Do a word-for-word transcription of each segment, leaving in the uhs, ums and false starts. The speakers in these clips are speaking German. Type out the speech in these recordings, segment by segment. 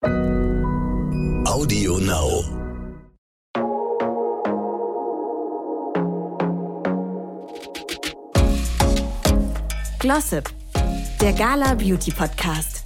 Audio Now. Glossip, der Gala Beauty Podcast.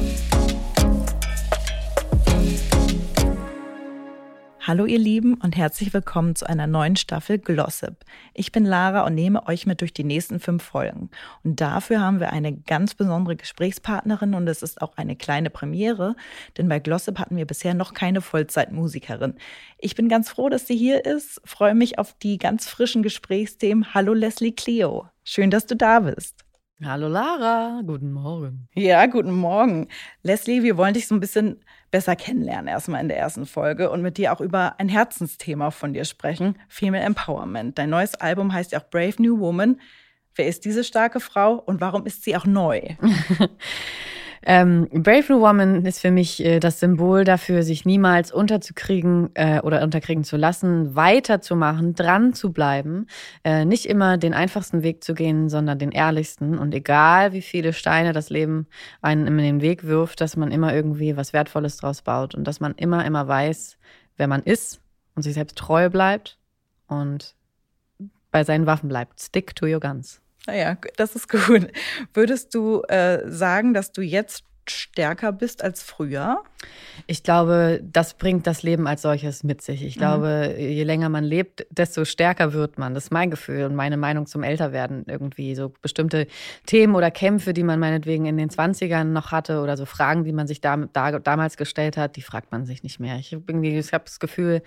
Hallo ihr Lieben und herzlich willkommen zu einer neuen Staffel Glossip. Ich bin Lara und nehme euch mit durch die nächsten fünf Folgen. Und dafür haben wir eine ganz besondere Gesprächspartnerin und es ist auch eine kleine Premiere, denn bei Glossip hatten wir bisher noch keine Vollzeitmusikerin. Ich bin ganz froh, dass sie hier ist, freue mich auf die ganz frischen Gesprächsthemen. Hallo Leslie Clio, schön, dass du da bist. Hallo Lara, guten Morgen. Ja, guten Morgen. Leslie, wir wollen dich so ein bisschen besser kennenlernen erstmal in der ersten Folge und mit dir auch über ein Herzensthema von dir sprechen, Female Empowerment. Dein neues Album heißt ja auch Brave New Woman. Wer ist diese starke Frau und warum ist sie auch neu? ähm, Brave New Woman ist für mich äh, das Symbol dafür, sich niemals unterzukriegen äh, oder unterkriegen zu lassen, weiterzumachen, dran zu bleiben, äh, nicht immer den einfachsten Weg zu gehen, sondern den ehrlichsten. Und egal, wie viele Steine das Leben einen in den Weg wirft, dass man immer irgendwie was Wertvolles draus baut und dass man immer, immer weiß, wer man ist und sich selbst treu bleibt und bei seinen Waffen bleibt. Stick to your guns. Naja, das ist gut. Würdest du äh, sagen, dass du jetzt stärker bist als früher? Ich glaube, das bringt das Leben als solches mit sich. Ich mhm. glaube, je länger man lebt, desto stärker wird man. Das ist mein Gefühl und meine Meinung zum Älterwerden irgendwie. So bestimmte Themen oder Kämpfe, die man meinetwegen in den zwanzigern noch hatte oder so Fragen, die man sich da, da, damals gestellt hat, die fragt man sich nicht mehr. Ich habe irgendwie, ich habe das Gefühl,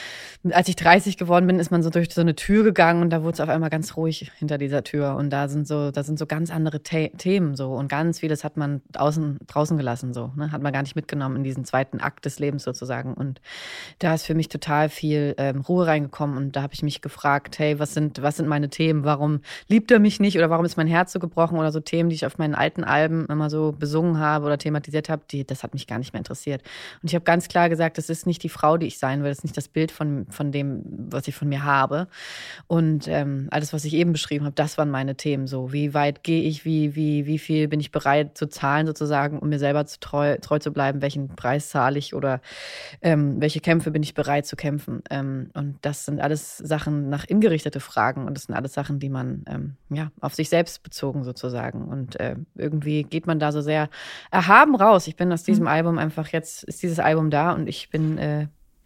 als ich dreißig geworden bin, ist man so durch so eine Tür gegangen und da wurde es auf einmal ganz ruhig hinter dieser Tür. Und da sind so, da sind so ganz andere The- Themen so. Und ganz vieles hat man außen, draußen gelassen so. Ne? Hat man gar nicht mitgenommen in diesen zweiten Akt des Lebens sozusagen. Und da ist für mich total viel ähm, Ruhe reingekommen. Und da habe ich mich gefragt, hey, was sind, was sind meine Themen? Warum liebt er mich nicht? Oder warum ist mein Herz so gebrochen? Oder so Themen, die ich auf meinen alten Alben immer so besungen habe oder thematisiert habe, die, das hat mich gar nicht mehr interessiert. Und ich habe ganz klar gesagt, das ist nicht die Frau, die ich sein will. Das ist nicht das Bild von von dem, was ich von mir habe. Und ähm, alles, was ich eben beschrieben habe, das waren meine Themen. So, wie weit gehe ich, wie, wie, wie viel bin ich bereit zu zahlen sozusagen, um mir selber zu treu, treu zu bleiben, welchen Preis zahle ich oder ähm, welche Kämpfe bin ich bereit zu kämpfen. Ähm, und das sind alles Sachen nach innen gerichtete Fragen und das sind alles Sachen, die man ähm, ja, auf sich selbst bezogen sozusagen. Und äh, irgendwie geht man da so sehr erhaben raus. Ich bin aus diesem mhm. Album einfach, jetzt ist dieses Album da und ich bin äh,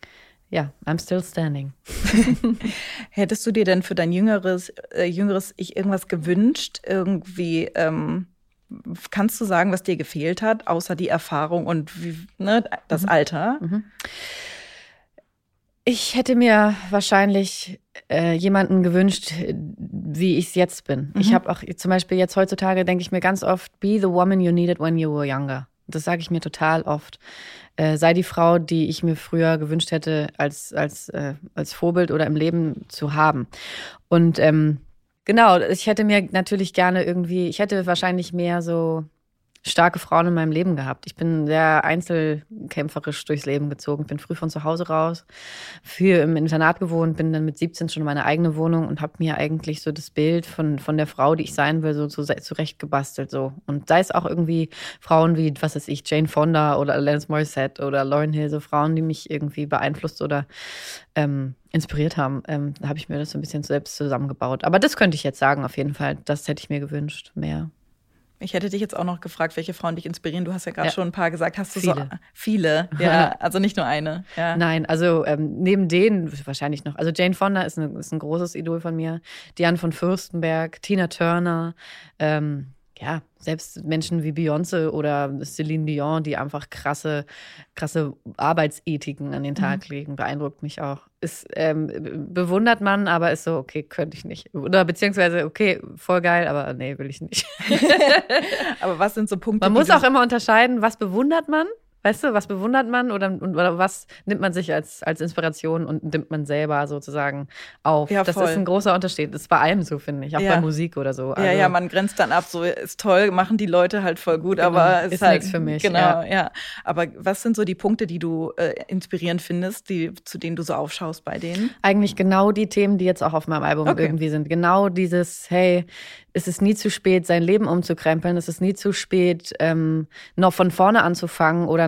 ja, I'm still standing. Hättest du dir denn für dein jüngeres, äh, jüngeres Ich irgendwas gewünscht? Irgendwie, ähm, kannst du sagen, was dir gefehlt hat, außer die Erfahrung und wie, ne, das mhm. Alter? Mhm. Ich hätte mir wahrscheinlich äh, jemanden gewünscht, wie ich es jetzt bin. Mhm. Ich habe auch zum Beispiel jetzt heutzutage, denke ich mir ganz oft, be the woman you needed when you were younger. Das sage ich mir total oft. Äh, sei die Frau, die ich mir früher gewünscht hätte, als, als, äh, als Vorbild oder im Leben zu haben. Und ähm, genau, ich hätte mir natürlich gerne irgendwie, ich hätte wahrscheinlich mehr so starke Frauen in meinem Leben gehabt. Ich bin sehr einzelkämpferisch durchs Leben gezogen. Ich bin früh von zu Hause raus, viel im Internat gewohnt, bin dann mit siebzehn schon in meine eigene Wohnung und habe mir eigentlich so das Bild von, von der Frau, die ich sein will, so zurechtgebastelt. So. Und sei es auch irgendwie Frauen wie, was weiß ich, Jane Fonda oder Alanis Morissette oder Lauryn Hill, so Frauen, die mich irgendwie beeinflusst oder ähm, inspiriert haben. Ähm, da habe ich mir das so ein bisschen selbst zusammengebaut. Aber das könnte ich jetzt sagen, auf jeden Fall. Das hätte ich mir gewünscht, mehr. Ich hätte dich jetzt auch noch gefragt, welche Frauen dich inspirieren. Du hast ja gerade ja. schon ein paar gesagt. Hast du viele. so viele? Ja, also nicht nur eine. Ja. Nein, also ähm, neben denen wahrscheinlich noch. Also Jane Fonda ist, eine, ist ein großes Idol von mir. Diane von Fürstenberg, Tina Turner, ähm, ja, selbst Menschen wie Beyoncé oder Celine Dion, die einfach krasse, krasse Arbeitsethiken an den Tag mhm. legen, beeindruckt mich auch. Ist, ähm, bewundert man, aber ist so, okay, könnte ich nicht. Oder beziehungsweise, okay, voll geil, aber nee, will ich nicht. Aber was sind so Punkte? Man muss auch immer unterscheiden, was bewundert man? Weißt du, was bewundert man oder, oder was nimmt man sich als, als Inspiration und nimmt man selber sozusagen auf? Ja, das ist ein großer Unterschied. Das ist bei allem so, finde ich. Auch ja. bei Musik oder so. Also, ja, ja, man grenzt dann ab, so ist toll, machen die Leute halt voll gut, genau, aber es ist halt nichts für mich. Genau, ja. ja. Aber was sind so die Punkte, die du äh, inspirierend findest, die, zu denen du so aufschaust bei denen? Eigentlich genau die Themen, die jetzt auch auf meinem Album okay. irgendwie sind. Genau dieses, hey, es ist nie zu spät, sein Leben umzukrempeln. Es ist nie zu spät, ähm, noch von vorne anzufangen oder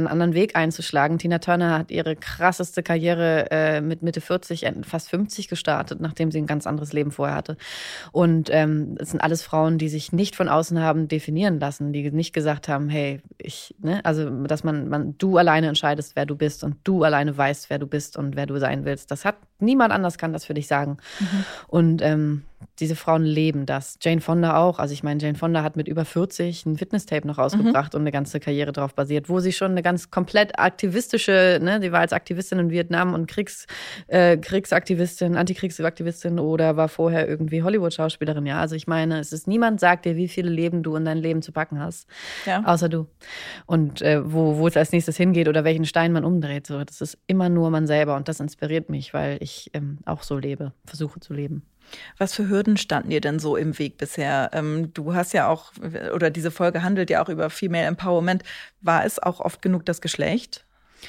einen anderen Weg einzuschlagen. Tina Turner hat ihre krasseste Karriere äh, mit Mitte vierzig, fast fünfzig gestartet, nachdem sie ein ganz anderes Leben vorher hatte. Und ähm, es sind alles Frauen, die sich nicht von außen haben definieren lassen, die nicht gesagt haben, hey, ich, ne, also dass man, man, du alleine entscheidest, wer du bist und du alleine weißt, wer du bist und wer du sein willst. Das hat niemand anders kann das für dich sagen. Mhm. Und ähm, diese Frauen leben das. Jane Fonda auch. Also ich meine, Jane Fonda hat mit über vierzig ein Fitness-Tape noch rausgebracht mhm. und eine ganze Karriere darauf basiert, wo sie schon eine ganz komplett aktivistische, ne, sie war als Aktivistin in Vietnam und Kriegs, äh, Kriegsaktivistin, Antikriegsaktivistin oder war vorher irgendwie Hollywood-Schauspielerin. Ja, also ich meine, es ist niemand sagt dir, wie viele Leben du in dein Leben zu packen hast, ja. außer du. Und äh, wo, wo es als nächstes hingeht oder welchen Stein man umdreht. So, das ist immer nur man selber und das inspiriert mich, weil ich ähm, auch so lebe, versuche zu leben. Was für Hürden standen dir denn so im Weg bisher? Ähm, du hast ja auch, oder diese Folge handelt ja auch über Female Empowerment. War es auch oft genug das Geschlecht?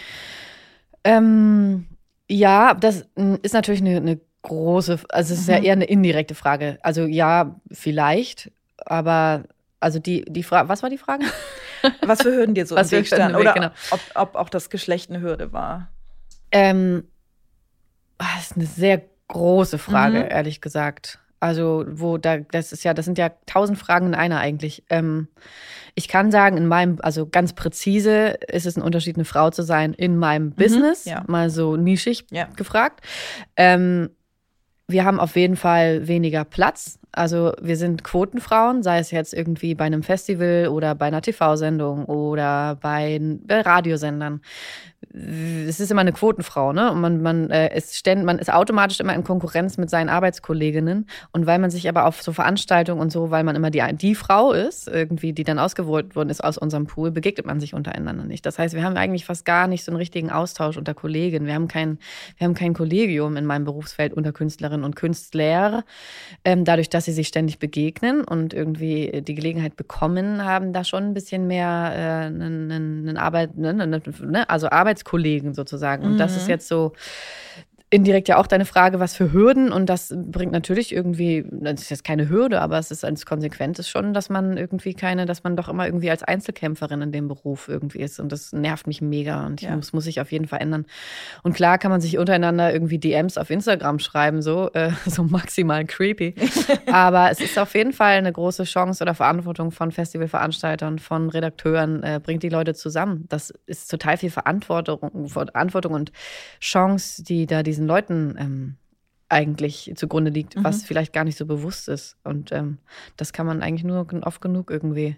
Ähm, ja, das ist natürlich eine, eine große, also es ist mhm. ja eher eine indirekte Frage. Also ja, vielleicht, aber also die, die Frage, was war die Frage? Was für Hürden dir so im Weg standen? Oder genau. ob, ob auch das Geschlecht eine Hürde war? Ähm, das ist eine sehr große Frage, mhm. ehrlich gesagt. Also, wo da, das ist ja, das sind ja tausend Fragen in einer eigentlich. Ähm, ich kann sagen, in meinem, also ganz präzise ist es ein Unterschied, eine Frau zu sein in meinem mhm. Business, ja. mal so nischig ja. gefragt. Ähm, wir haben auf jeden Fall weniger Platz. Also wir sind Quotenfrauen, sei es jetzt irgendwie bei einem Festival oder bei einer T V-Sendung oder bei, bei Radiosendern. Es ist immer eine Quotenfrau, ne? Und man, man, äh, ist ständ, man ist automatisch immer in Konkurrenz mit seinen Arbeitskolleginnen. Und weil man sich aber auf so Veranstaltungen und so, weil man immer die, die Frau ist, irgendwie, die dann ausgewählt worden ist aus unserem Pool, begegnet man sich untereinander nicht. Das heißt, wir haben eigentlich fast gar nicht so einen richtigen Austausch unter Kolleginnen. Wir haben kein, wir haben kein Kollegium in meinem Berufsfeld unter Künstlerinnen und Künstler. Ähm, dadurch, dass sie sich ständig begegnen und irgendwie die Gelegenheit bekommen, haben da schon ein bisschen mehr äh, einen, einen Arbeit, ne, ne, also Arbeitskollegen sozusagen. Und mhm. das ist jetzt so indirekt ja auch deine Frage, was für Hürden, und das bringt natürlich irgendwie, das ist jetzt keine Hürde, aber es ist als Konsequenz ist schon, dass man irgendwie keine, dass man doch immer irgendwie als Einzelkämpferin in dem Beruf irgendwie ist, und das nervt mich mega und ich ja. muss, muss sich auf jeden Fall ändern. Und klar kann man sich untereinander irgendwie D Ms auf Instagram schreiben, so, äh, so maximal creepy, aber es ist auf jeden Fall eine große Chance oder Verantwortung von Festivalveranstaltern, von Redakteuren, äh, bringt die Leute zusammen. Das ist total viel Verantwortung, Verantwortung und Chance, die da diese Leuten ähm, eigentlich zugrunde liegt, mhm. was vielleicht gar nicht so bewusst ist. Und ähm, das kann man eigentlich nur oft genug irgendwie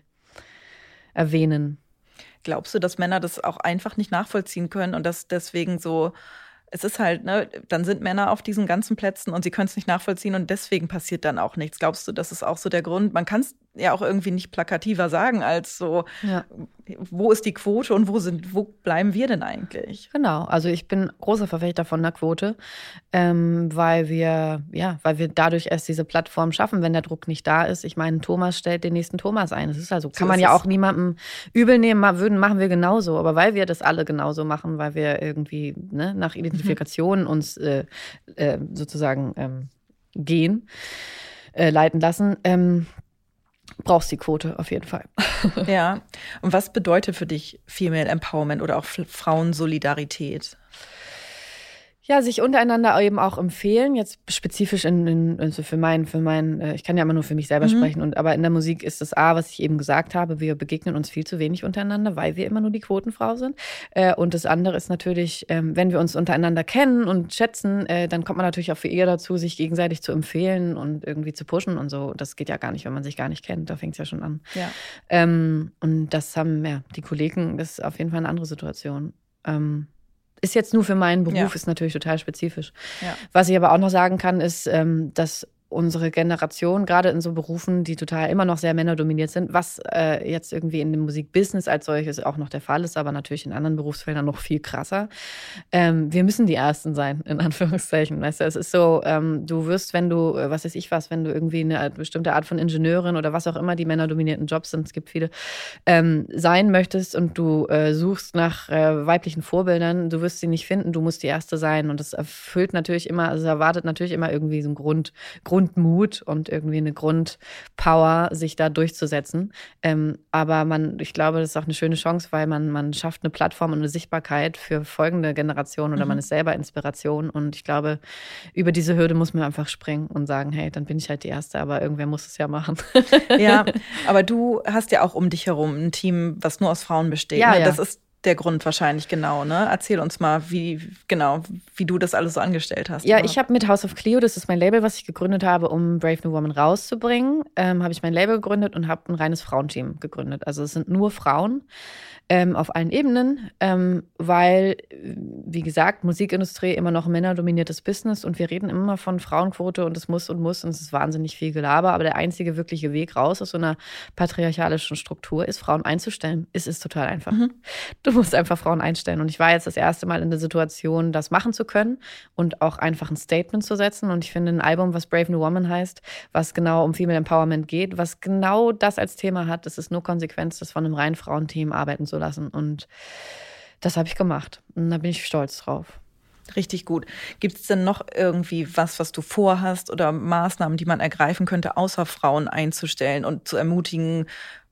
erwähnen. Glaubst du, dass Männer das auch einfach nicht nachvollziehen können und dass deswegen so, es ist halt, ne, dann sind Männer auf diesen ganzen Plätzen und sie können es nicht nachvollziehen und deswegen passiert dann auch nichts. Glaubst du, das ist auch so der Grund? Man kann es ja auch irgendwie nicht plakativer sagen als so, ja. wo ist die Quote und wo sind, wo bleiben wir denn eigentlich? Genau, also ich bin großer Verfechter von der Quote, ähm, weil wir, ja, weil wir dadurch erst diese Plattform schaffen, wenn der Druck nicht da ist. Ich meine, Thomas stellt den nächsten Thomas ein. Das ist also, kann so man ja auch niemandem übel nehmen, würden, machen wir genauso. Aber weil wir das alle genauso machen, weil wir irgendwie ne, nach Identifikation mhm. uns äh, äh, sozusagen ähm, gehen, äh, leiten lassen, ähm, brauchst die Quote auf jeden Fall. Ja. Und was bedeutet für dich Female Empowerment oder auch Frauensolidarität? Ja, sich untereinander eben auch empfehlen, jetzt spezifisch in, in also für meinen, für meinen, ich kann ja immer nur für mich selber mhm. sprechen, und aber in der Musik ist das A, was ich eben gesagt habe, wir begegnen uns viel zu wenig untereinander, weil wir immer nur die Quotenfrau sind. Und das andere ist natürlich, wenn wir uns untereinander kennen und schätzen, dann kommt man natürlich auch für eher dazu, sich gegenseitig zu empfehlen und irgendwie zu pushen und so. Das geht ja gar nicht, wenn man sich gar nicht kennt, da fängt es ja schon an. Ja. Und das haben ja die Kollegen, das ist auf jeden Fall eine andere Situation. Ist jetzt nur für meinen Beruf, ja. ist natürlich total spezifisch. Ja. Was ich aber auch noch sagen kann, ist, dass unsere Generation, gerade in so Berufen, die total immer noch sehr männerdominiert sind, was äh, jetzt irgendwie in dem Musikbusiness als solches auch noch der Fall ist, aber natürlich in anderen Berufsfeldern noch viel krasser. Ähm, wir müssen die Ersten sein, in Anführungszeichen. Weißt du, es ist so, ähm, du wirst, wenn du, was weiß ich was, wenn du irgendwie eine bestimmte Art von Ingenieurin oder was auch immer die männerdominierten Jobs sind, es gibt viele, ähm, sein möchtest und du äh, suchst nach äh, weiblichen Vorbildern, du wirst sie nicht finden, du musst die Erste sein, und das erfüllt natürlich immer, also erwartet natürlich immer irgendwie so einen Grund, Grund Grundmut und irgendwie eine Grundpower, sich da durchzusetzen. Ähm, aber man, ich glaube, das ist auch eine schöne Chance, weil man, man schafft eine Plattform und eine Sichtbarkeit für folgende Generationen oder mhm. man ist selber Inspiration. Und ich glaube, über diese Hürde muss man einfach springen und sagen, hey, dann bin ich halt die Erste, aber irgendwer muss es ja machen. Ja, aber du hast ja auch um dich herum ein Team, was nur aus Frauen besteht. Ja, ne? ja. Das ist der Grund wahrscheinlich genau, ne? Erzähl uns mal, wie genau, wie du das alles so angestellt hast. Ja, überhaupt. Ich habe mit House of Cleo, das ist mein Label, was ich gegründet habe, um Brave New Woman rauszubringen, ähm, habe ich mein Label gegründet und habe ein reines Frauenteam gegründet. Also es sind nur Frauen ähm, auf allen Ebenen, ähm, weil, wie gesagt, Musikindustrie immer noch ein männerdominiertes Business und wir reden immer von Frauenquote und es muss und muss und es ist wahnsinnig viel Gelaber, aber der einzige wirkliche Weg raus aus so einer patriarchalischen Struktur ist, Frauen einzustellen. Es ist total einfach. Mhm. Du musst einfach Frauen einstellen. Und ich war jetzt das erste Mal in der Situation, das machen zu können und auch einfach ein Statement zu setzen. Und ich finde ein Album, was Brave New Woman heißt, was genau um Female Empowerment geht, was genau das als Thema hat, das ist nur Konsequenz, das von einem reinen Frauenteam arbeiten zu lassen. Und das habe ich gemacht. Und da bin ich stolz drauf. Richtig gut. Gibt es denn noch irgendwie was, was du vorhast oder Maßnahmen, die man ergreifen könnte, außer Frauen einzustellen und zu ermutigen?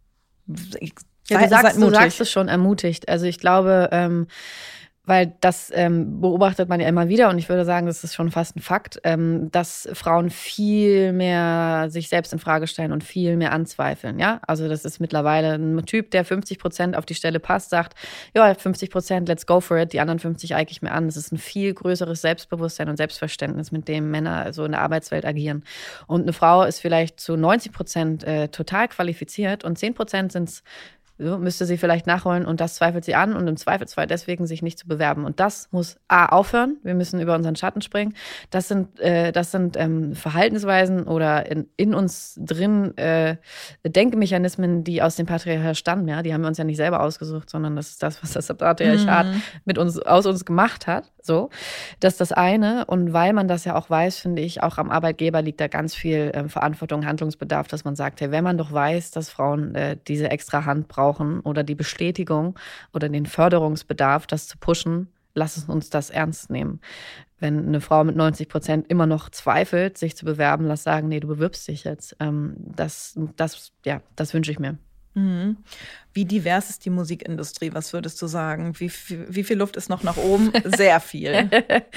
Ja, du sagst, du sagst es schon, ermutigt. Also ich glaube, ähm, weil das ähm, beobachtet man ja immer wieder und ich würde sagen, das ist schon fast ein Fakt, ähm, dass Frauen viel mehr sich selbst in Frage stellen und viel mehr anzweifeln. Ja, also das ist mittlerweile ein Typ, der fünfzig Prozent auf die Stelle passt, sagt, ja, fünfzig Prozent, let's go for it, die anderen fünfzig eige ich mir an. Das ist ein viel größeres Selbstbewusstsein und Selbstverständnis, mit dem Männer so in der Arbeitswelt agieren. Und eine Frau ist vielleicht zu neunzig Prozent äh, total qualifiziert und zehn Prozent sind es So, müsste sie vielleicht nachholen und das zweifelt sie an und im Zweifelsfall deswegen sich nicht zu bewerben. Und das muss A, aufhören. Wir müssen über unseren Schatten springen. Das sind, äh, das sind ähm, Verhaltensweisen oder in, in uns drin äh, Denkmechanismen, die aus dem Patriarchat stammen. Ja? Die haben wir uns ja nicht selber ausgesucht, sondern das ist das, was das Patriarchat mhm. mit uns, aus uns gemacht hat. So, das ist das eine. Und weil man das ja auch weiß, finde ich, auch am Arbeitgeber liegt da ganz viel äh, Verantwortung, Handlungsbedarf, dass man sagt, hey, wenn man doch weiß, dass Frauen äh, diese extra Hand brauchen, oder die Bestätigung oder den Förderungsbedarf, das zu pushen, lass uns das ernst nehmen. Wenn eine Frau mit neunzig Prozent immer noch zweifelt, sich zu bewerben, lass sagen, nee, du bewirbst dich jetzt. Das, das, ja, das wünsche ich mir. Mhm. Wie divers ist die Musikindustrie? Was würdest du sagen? Wie, wie, wie viel Luft ist noch nach oben? Sehr viel.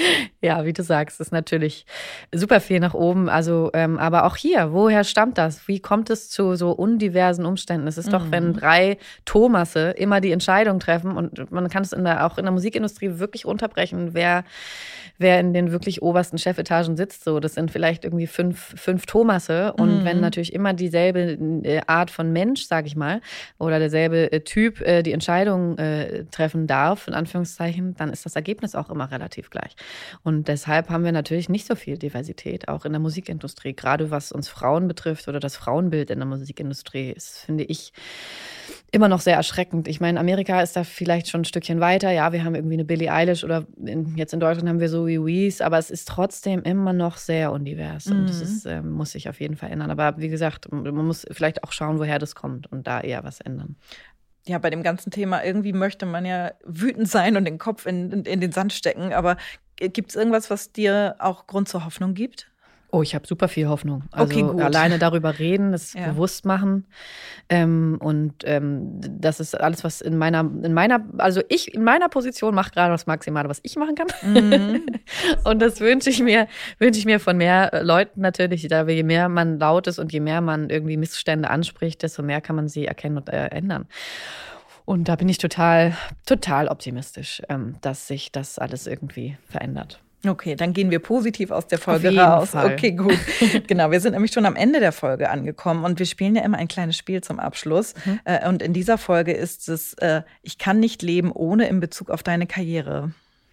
Ja, wie du sagst, ist natürlich super viel nach oben. Also, ähm, aber auch hier, woher stammt das? Wie kommt es zu so undiversen Umständen? Es ist mhm. doch, wenn drei Thomasse immer die Entscheidung treffen und man kann es in der, auch in der Musikindustrie wirklich runterbrechen, wer, wer in den wirklich obersten Chefetagen sitzt. So, das sind vielleicht irgendwie fünf, fünf Thomasse. Und mhm. wenn natürlich immer dieselbe Art von Mensch, sag ich mal, oder derselbe Typ äh, die Entscheidung äh, treffen darf, in Anführungszeichen, dann ist das Ergebnis auch immer relativ gleich. Und deshalb haben wir natürlich nicht so viel Diversität, auch in der Musikindustrie. Gerade was uns Frauen betrifft oder das Frauenbild in der Musikindustrie ist, finde ich, immer noch sehr erschreckend. Ich meine, Amerika ist da vielleicht schon ein Stückchen weiter. Ja, wir haben irgendwie eine Billie Eilish oder in, jetzt in Deutschland haben wir so wie Weez, aber es ist trotzdem immer noch sehr undivers. Mhm. Und das ist, äh, muss sich auf jeden Fall ändern. Aber wie gesagt, man muss vielleicht auch schauen, woher das kommt und da eher was ändern. Ja, bei dem ganzen Thema, irgendwie möchte man ja wütend sein und den Kopf in, in, in den Sand stecken. Aber gibt es irgendwas, was dir auch Grund zur Hoffnung gibt? Oh, ich habe super viel Hoffnung. Also okay, gut. Alleine darüber reden, das ja. bewusst machen. Ähm, und ähm, das ist alles, was in meiner, in meiner, also ich in meiner Position mache gerade das Maximale, was ich machen kann. Mhm. Und das wünsche ich mir, wünsche ich mir von mehr Leuten natürlich. Da je mehr man laut ist und je mehr man irgendwie Missstände anspricht, desto mehr kann man sie erkennen und äh, ändern. Und da bin ich total, total optimistisch, ähm, dass sich das alles irgendwie verändert. Okay, dann gehen wir positiv aus der Folge Auf jeden raus. Fall. Okay, gut. Genau, wir sind nämlich schon am Ende der Folge angekommen und wir spielen ja immer ein kleines Spiel zum Abschluss. Mhm. Und in dieser Folge ist es, ich kann nicht leben ohne in Bezug auf deine Karriere.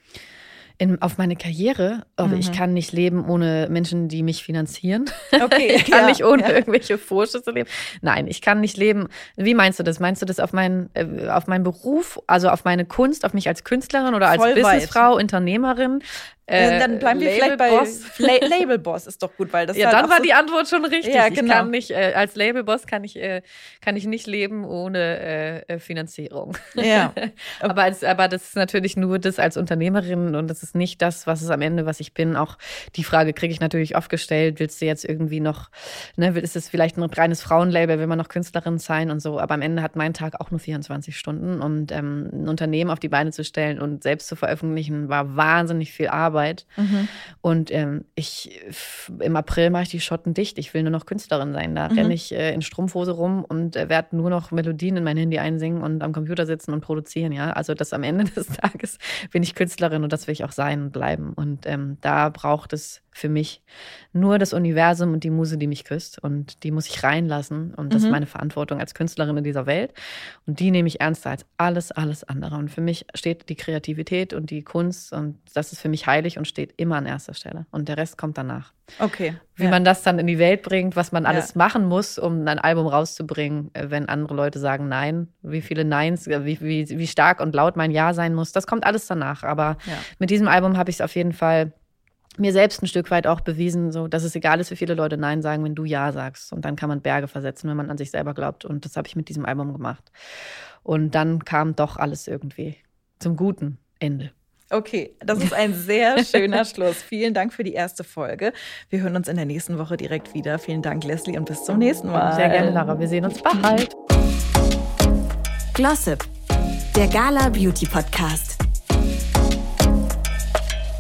In, auf meine Karriere, oh, mhm. ich kann nicht leben ohne Menschen, die mich finanzieren. Okay, ich kann ja, nicht ohne ja. irgendwelche Vorschüsse leben. Nein, ich kann nicht leben. Wie meinst du das? Meinst du das auf meinen, äh, auf meinen Beruf, also auf meine Kunst, auf mich als Künstlerin oder als Voll Businessfrau, weit. Unternehmerin? Äh, dann bleiben wir vielleicht bei La- Labelboss, ist doch gut, weil das ja, halt dann war so die Antwort schon richtig. Ja, genau. Ich kann nicht, äh, als Labelboss kann ich, äh, kann ich nicht leben ohne äh, Finanzierung. Ja. aber, als, aber das ist natürlich nur das als Unternehmerin und das ist nicht das, was es am Ende, was ich bin. Auch die Frage kriege ich natürlich oft gestellt, willst du jetzt irgendwie noch, ne, ist es vielleicht ein reines Frauenlabel, will man noch Künstlerin sein und so, aber am Ende hat mein Tag auch nur vierundzwanzig Stunden und ähm, ein Unternehmen auf die Beine zu stellen und selbst zu veröffentlichen, war wahnsinnig viel Arbeit. Mhm. Und ähm, ich f- im April mache ich die Schotten dicht. Ich will nur noch Künstlerin sein. Da mhm. renne ich äh, in Strumpfhose rum und äh, werde nur noch Melodien in mein Handy einsingen und am Computer sitzen und produzieren. Ja, also das am Ende des Tages bin ich Künstlerin und das will ich auch sein und bleiben. Und ähm, da braucht es für mich nur das Universum und die Muse, die mich küsst. Und die muss ich reinlassen. Und das mhm. ist meine Verantwortung als Künstlerin in dieser Welt. Und die nehme ich ernster als alles, alles andere. Und für mich steht die Kreativität und die Kunst. Und das ist für mich heilig und steht immer an erster Stelle. Und der Rest kommt danach. Okay. Wie ja. man das dann in die Welt bringt, was man alles ja. machen muss, um ein Album rauszubringen, wenn andere Leute sagen Nein. Wie viele Neins, wie, wie, wie stark und laut mein Ja sein muss. Das kommt alles danach. Aber ja. mit diesem Album habe ich es auf jeden Fall mir selbst ein Stück weit auch bewiesen, so, dass es egal ist, wie viele Leute Nein sagen, wenn du Ja sagst. Und dann kann man Berge versetzen, wenn man an sich selber glaubt. Und das habe ich mit diesem Album gemacht. Und dann kam doch alles irgendwie zum guten Ende. Okay, das ist ein sehr schöner Schluss. Vielen Dank für die erste Folge. Wir hören uns in der nächsten Woche direkt wieder. Vielen Dank, Leslie, und bis zum nächsten Mal. Sehr gerne, Lara. Wir sehen uns bald. Glossip, der Gala Beauty Podcast.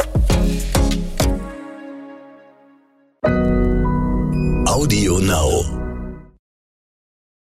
Audio Now.